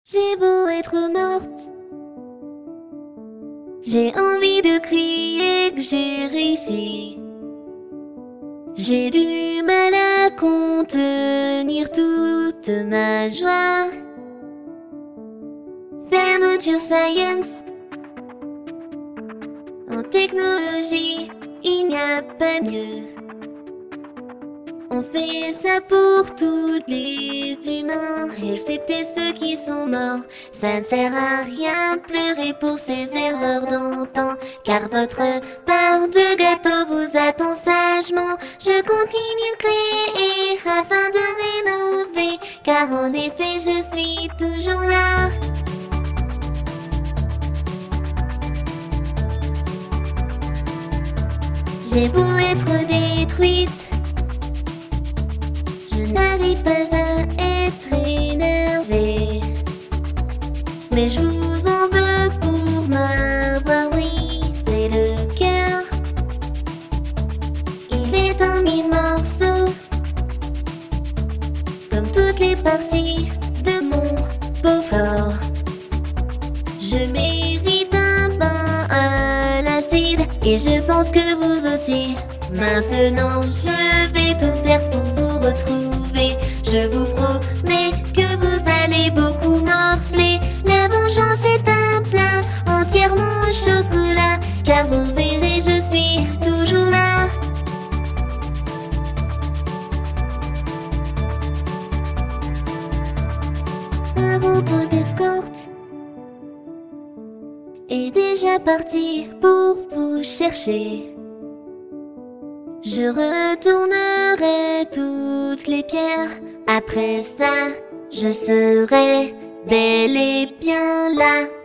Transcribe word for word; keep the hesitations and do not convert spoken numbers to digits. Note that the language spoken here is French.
J'ai beau être morte, j'ai envie de crier que j'ai réussi. J'ai du mal à contenir toute ma joie. Fermeture science. En technologie, il n'y a pas mieux. On fait ça pour tous les humains, excepté ceux qui sont morts. Ça ne sert à rien de pleurer pour ces erreurs d'antan, car votre part de gâteau vous attend sagement. Je continue de créer afin de rénover, car en effet je suis toujours là. J'ai beau être détruite, je n'arrive pas à être énervée, mais je vous en veux pour m'avoir brisé le cœur. Il est en mille morceaux, comme toutes les parties de mon beau corps. Je mérite un bain à l'acide, et je pense que vous aussi. Maintenant je vais tout faire pour vous retrouver. Je vous promets que vous allez beaucoup morfler. La vengeance est un plat entièrement au chocolat, car vous verrez je suis toujours là. Un robot d'escorte est déjà parti pour vous chercher. Je retournerai toutes les pierres. Après ça, je serai bel et bien là.